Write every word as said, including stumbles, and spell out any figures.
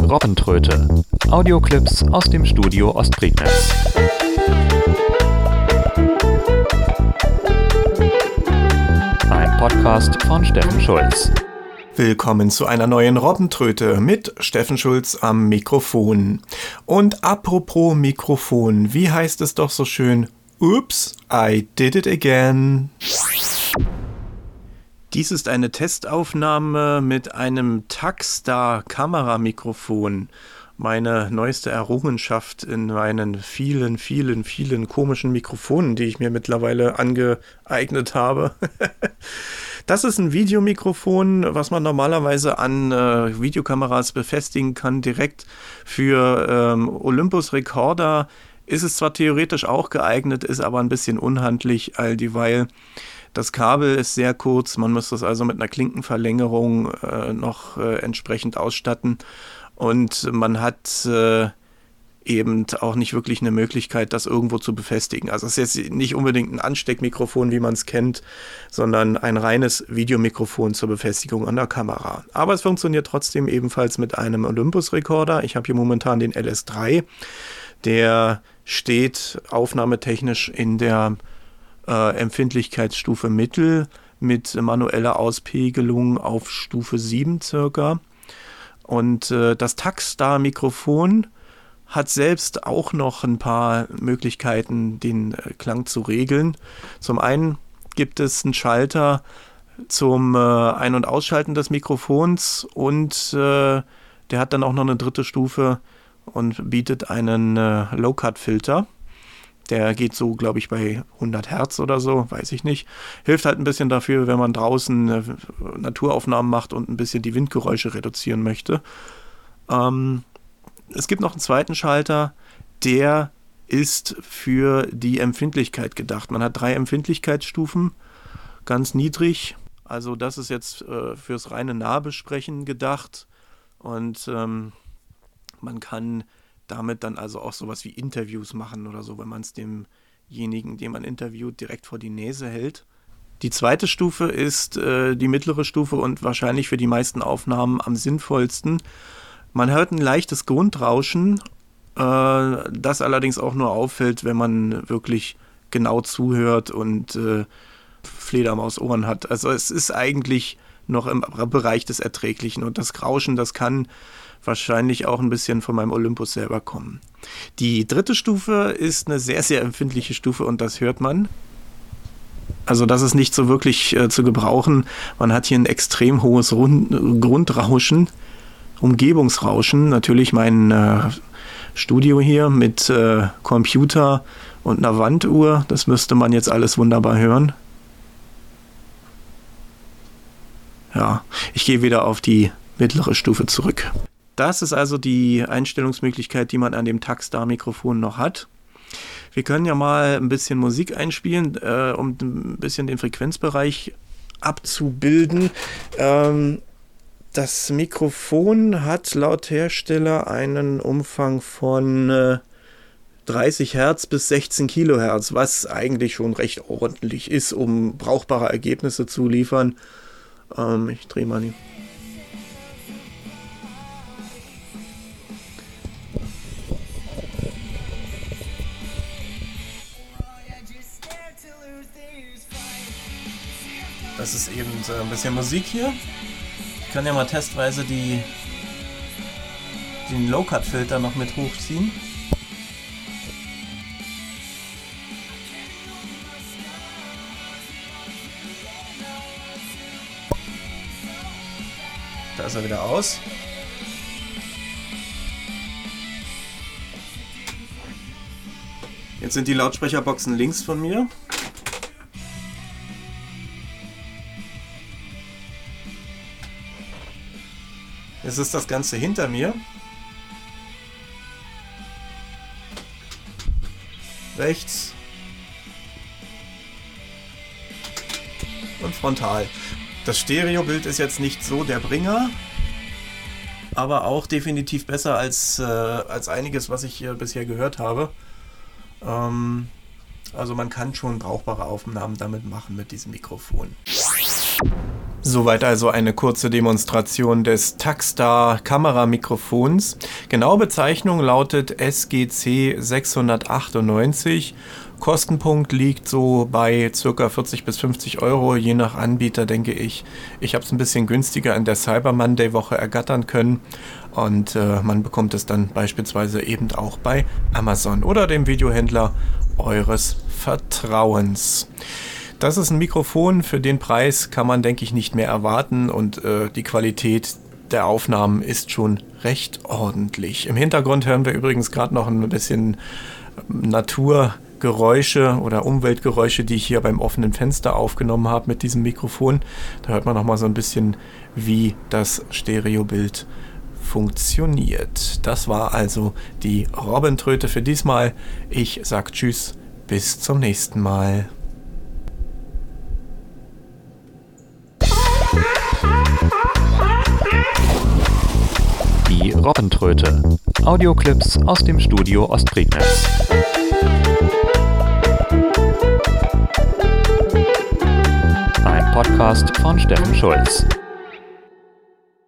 Robbentröte. Audioclips aus dem Studio Ostprignitz. Ein Podcast von Steffen Schulz. Willkommen zu einer neuen Robbentröte mit Steffen Schulz am Mikrofon. Und apropos Mikrofon, wie heißt es doch so schön? Oops, I did it again. Dies ist eine Testaufnahme mit einem Takstar-Kameramikrofon. Meine neueste Errungenschaft in meinen vielen, vielen, vielen komischen Mikrofonen, die ich mir mittlerweile angeeignet habe. Das ist ein Videomikrofon, was man normalerweise an äh, Videokameras befestigen kann. Direkt für ähm, Olympus-Recorder ist es zwar theoretisch auch geeignet, ist aber ein bisschen unhandlich, all dieweil das Kabel ist sehr kurz. Man müsste es also mit einer Klinkenverlängerung äh, noch äh, entsprechend ausstatten. Und man hat äh, eben auch nicht wirklich eine Möglichkeit, das irgendwo zu befestigen. Also es ist jetzt nicht unbedingt ein Ansteckmikrofon, wie man es kennt, sondern ein reines Videomikrofon zur Befestigung an der Kamera. Aber es funktioniert trotzdem ebenfalls mit einem Olympus-Recorder. Ich habe hier momentan den L S drei. Der steht aufnahmetechnisch in der äh, Empfindlichkeitsstufe Mittel mit manueller Auspegelung auf Stufe sieben circa. Und äh, das Takstar-Mikrofon hat selbst auch noch ein paar Möglichkeiten, den äh, Klang zu regeln. Zum einen gibt es einen Schalter zum äh, Ein- und Ausschalten des Mikrofons und äh, der hat dann auch noch eine dritte Stufe und bietet einen äh, Low-Cut-Filter. Der geht so, glaube ich, bei hundert Hertz oder so, weiß ich nicht. Hilft halt ein bisschen dafür, wenn man draußen äh, Naturaufnahmen macht und ein bisschen die Windgeräusche reduzieren möchte. Ähm, es gibt noch einen zweiten Schalter, der ist für die Empfindlichkeit gedacht. Man hat drei Empfindlichkeitsstufen, ganz niedrig. Also das ist jetzt äh, fürs reine Nahbesprechen gedacht. Und ähm, man kann damit dann also auch sowas wie Interviews machen oder so, wenn man es demjenigen, den man interviewt, direkt vor die Nase hält. Die zweite Stufe ist äh, die mittlere Stufe und wahrscheinlich für die meisten Aufnahmen am sinnvollsten. Man hört ein leichtes Grundrauschen, äh, das allerdings auch nur auffällt, wenn man wirklich genau zuhört und äh, Fledermausohren hat. Also es ist eigentlich noch im Bereich des Erträglichen und das Rauschen, das kann wahrscheinlich auch ein bisschen von meinem Olympus selber kommen. Die dritte Stufe ist eine sehr, sehr empfindliche Stufe und das hört man. Also das ist nicht so wirklich äh, zu gebrauchen. Man hat hier ein extrem hohes Rund- Grundrauschen, Umgebungsrauschen. Natürlich mein äh, Studio hier mit äh, Computer und einer Wanduhr. Das müsste man jetzt alles wunderbar hören. Ja, ich gehe wieder auf die mittlere Stufe zurück. Das ist also die Einstellungsmöglichkeit, die man an dem Takstar-Mikrofon noch hat. Wir können ja mal ein bisschen Musik einspielen, äh, um ein bisschen den Frequenzbereich abzubilden. Ähm, das Mikrofon hat laut Hersteller einen Umfang von äh, dreißig Hertz bis sechzehn Kilohertz, was eigentlich schon recht ordentlich ist, um brauchbare Ergebnisse zu liefern. Ähm, ich drehe mal die. Das ist eben äh, ein bisschen Musik hier. Ich kann ja mal testweise die, den Low-Cut-Filter noch mit hochziehen. Da ist er wieder aus. Jetzt sind die Lautsprecherboxen links von mir. Jetzt ist das Ganze hinter mir. Rechts. Und frontal. Das Stereobild ist jetzt nicht so der Bringer, aber auch definitiv besser als, äh, als einiges, was ich hier bisher gehört habe. Ähm, also man kann schon brauchbare Aufnahmen damit machen mit diesem Mikrofon. Soweit also eine kurze Demonstration des Takstar Kameramikrofons. Genaue Bezeichnung lautet S G C sechshundertachtundneunzig. Kostenpunkt liegt so bei ca. vierzig bis fünfzig Euro, je nach Anbieter, denke ich. Ich habe es ein bisschen günstiger in der Cyber Monday Woche ergattern können und äh, man bekommt es dann beispielsweise eben auch bei Amazon oder dem Videohändler eures Vertrauens. Das ist ein Mikrofon, für den Preis kann man, denke ich, nicht mehr erwarten und äh, die Qualität der Aufnahmen ist schon recht ordentlich. Im Hintergrund hören wir übrigens gerade noch ein bisschen Naturgeräusche oder Umweltgeräusche, die ich hier beim offenen Fenster aufgenommen habe mit diesem Mikrofon. Da hört man noch mal so ein bisschen, wie das Stereobild funktioniert. Das war also die Robbentröte für diesmal. Ich sag Tschüss, bis zum nächsten Mal. Die Robbentröte. Audioclips aus dem Studio Ostprignitz. Ein Podcast von Steffen Schulz.